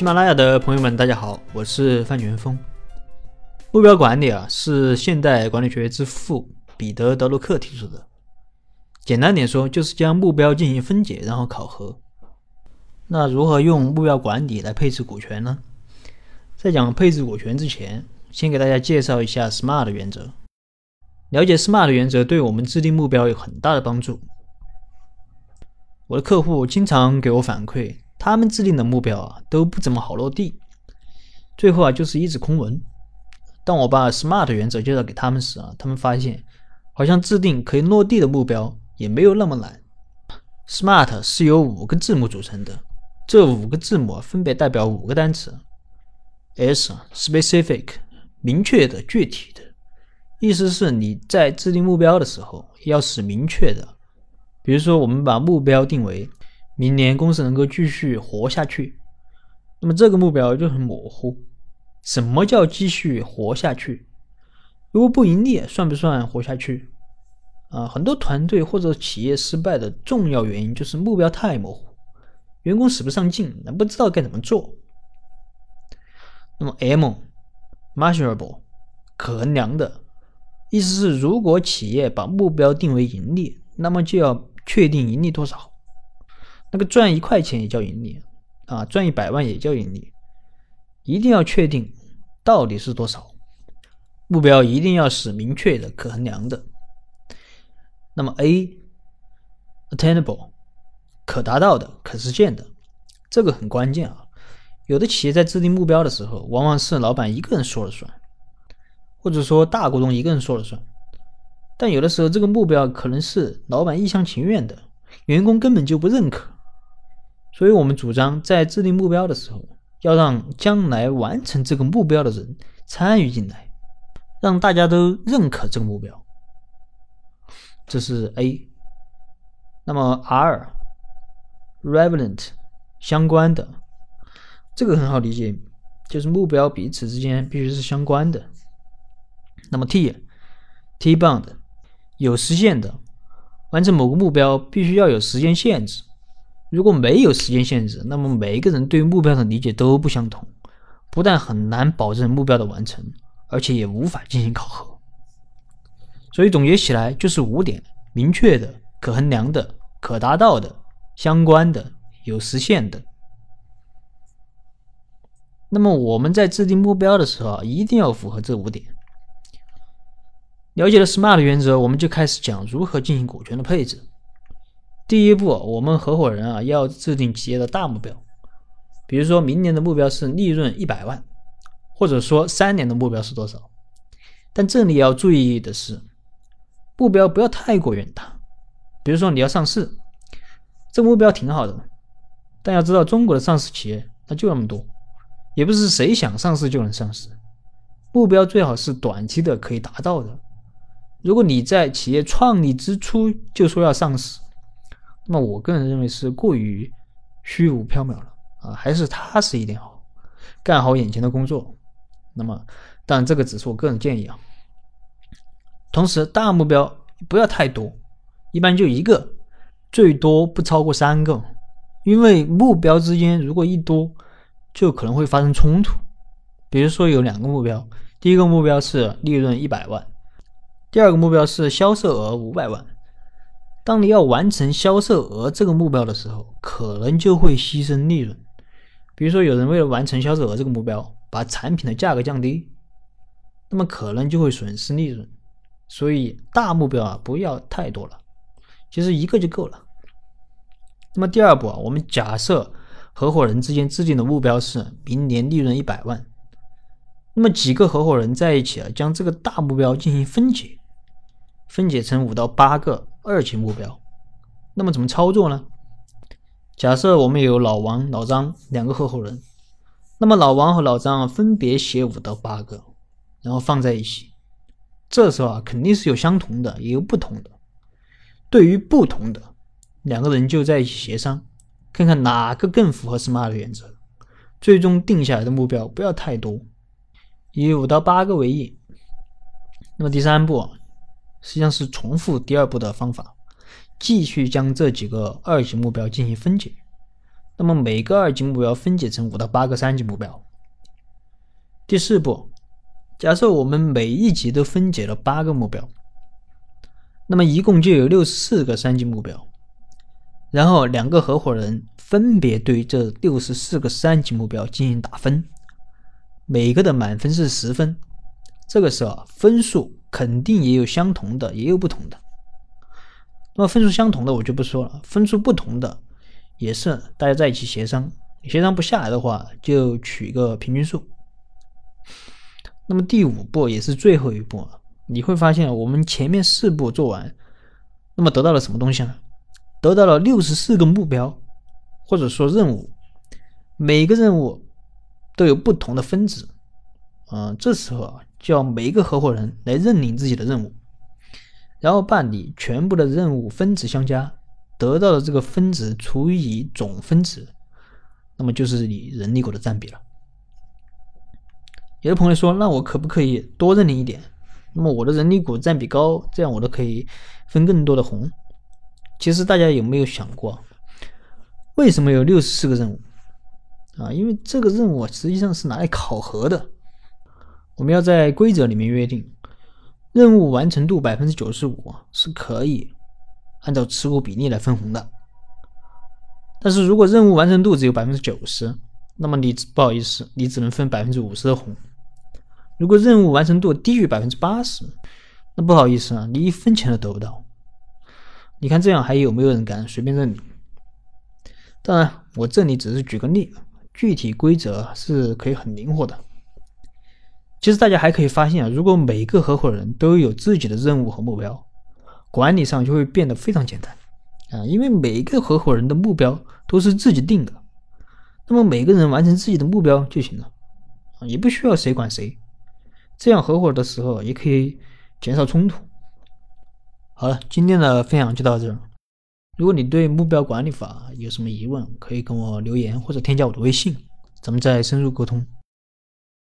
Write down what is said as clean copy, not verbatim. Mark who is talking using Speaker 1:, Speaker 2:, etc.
Speaker 1: 喜马拉雅的朋友们大家好，我是范全峰。目标管理是现代管理学之父彼得·德鲁克提出的。简单点说，就是将目标进行分解然后考核。那如何用目标管理来配置股权呢？在讲配置股权之前，先给大家介绍一下 SMART 原则。了解 SMART 原则对我们制定目标有很大的帮助。我的客户经常给我反馈，他们制定的目标都不怎么好落地，最后就是一纸空文。当我把 SMART 原则介绍给他们时他们发现好像制定可以落地的目标也没有那么难。SMART 是由5个字母组成的，这5个字母分别代表5个单词。S specific 明确的、具体的，意思是你在制定目标的时候要是明确的。比如说我们把目标定为明年公司能够继续活下去，那么这个目标就很模糊。什么叫继续活下去？如果不盈利算不算活下去？很多团队或者企业失败的重要原因就是目标太模糊，员工使不上劲，不知道该怎么做。那么 M measurable 可衡量的，意思是如果企业把目标定为盈利，那么就要确定盈利多少。那个赚1块钱也叫盈利赚100万也叫盈利，一定要确定到底是多少。目标一定要是明确的、可衡量的。那么 A attainable 可达到的、可实现的，这个很关键有的企业在制定目标的时候，往往是老板一个人说了算，或者说大股东一个人说了算。但有的时候这个目标可能是老板一厢情愿的，员工根本就不认可。所以我们主张在制定目标的时候，要让将来完成这个目标的人参与进来，让大家都认可这个目标。这是 A。 那么 R relevant 相关的，这个很好理解，就是目标彼此之间必须是相关的。那么 T-bound 有实现的，完成某个目标必须要有时间限制。如果没有时间限制，那么每一个人对目标的理解都不相同，不但很难保证目标的完成，而且也无法进行考核。所以总结起来就是5点：明确的、可衡量的、可达到的、相关的、有实现的。那么我们在制定目标的时候一定要符合这5点。了解了 SMART 原则，我们就开始讲如何进行股权的配置。第一步，我们合伙人要制定企业的大目标。比如说明年的目标是利润100万，或者说3年的目标是多少。但这里要注意的是，目标不要太过远大。比如说你要上市，这个目标挺好的，但要知道中国的上市企业那就那么多，也不是谁想上市就能上市。目标最好是短期的可以达到的。如果你在企业创立之初就说要上市，那么我个人认为是过于虚无缥缈了还是踏实一点好，干好眼前的工作。那么当然这个只是我个人建议同时大目标不要太多，一般就1个，最多不超过3个，因为目标之间如果一多就可能会发生冲突。比如说有2个目标，第一个目标是利润100万，第二个目标是销售额500万。当你要完成销售额这个目标的时候，可能就会牺牲利润。比如说有人为了完成销售额这个目标，把产品的价格降低，那么可能就会损失利润。所以大目标不要太多了，其实1个就够了。那么第二步我们假设合伙人之间制定的目标是明年利润100万，那么几个合伙人在一起将这个大目标进行分解成5到8个2级目标。那么怎么操作呢？假设我们有老王、老张2个合伙人，那么老王和老张分别写5到8个，然后放在一起。这时候肯定是有相同的，也有不同的。对于不同的，2个人就在一起协商，看看哪个更符合 SMART 原则，最终定下来的目标不要太多，以5到8个为宜。那么第3步实际上是重复第2步的方法，继续将这几个2级目标进行分解。 那么每个2级目标分解成5到8个3级目标。第4步，假设我们每一级都分解了8个目标，那么一共就有64个3级目标。然后2个合伙人分别对这64个3级目标进行打分，每个的满分是10分。这个时候分数肯定也有相同的，也有不同的。那么分数相同的我就不说了，分数不同的也是大家在一起协商，协商不下来的话就取一个平均数。那么第5步也是最后一步，你会发现我们前面4步做完，那么得到了什么东西呢？得到了64个目标，或者说任务，每个任务都有不同的分值。这时候就要每一个合伙人来认领自己的任务，然后办理全部的任务分值相加，得到的这个分值除以总分值，那么就是你人力股的占比了。有的朋友说，那我可不可以多认领一点？那么我的人力股占比高，这样我都可以分更多的红。其实大家有没有想过，为什么有64个任务？因为这个任务实际上是拿来考核的。我们要在规则里面约定，任务完成度 95% 是可以按照持股比例来分红的。但是如果任务完成度只有 90%， 那么你不好意思，你只能分 50% 的红。如果任务完成度低于 80%， 那不好意思你1分钱都得不到。你看这样还有没有人敢随便认领？当然我这里只是举个例，具体规则是可以很灵活的。其实大家还可以发现如果每个合伙人都有自己的任务和目标，管理上就会变得非常简单因为每个合伙人的目标都是自己定的，那么每个人完成自己的目标就行了也不需要谁管谁，这样合伙的时候也可以减少冲突。好了，今天的分享就到这儿。如果你对目标管理法有什么疑问，可以跟我留言或者添加我的微信，咱们再深入沟通。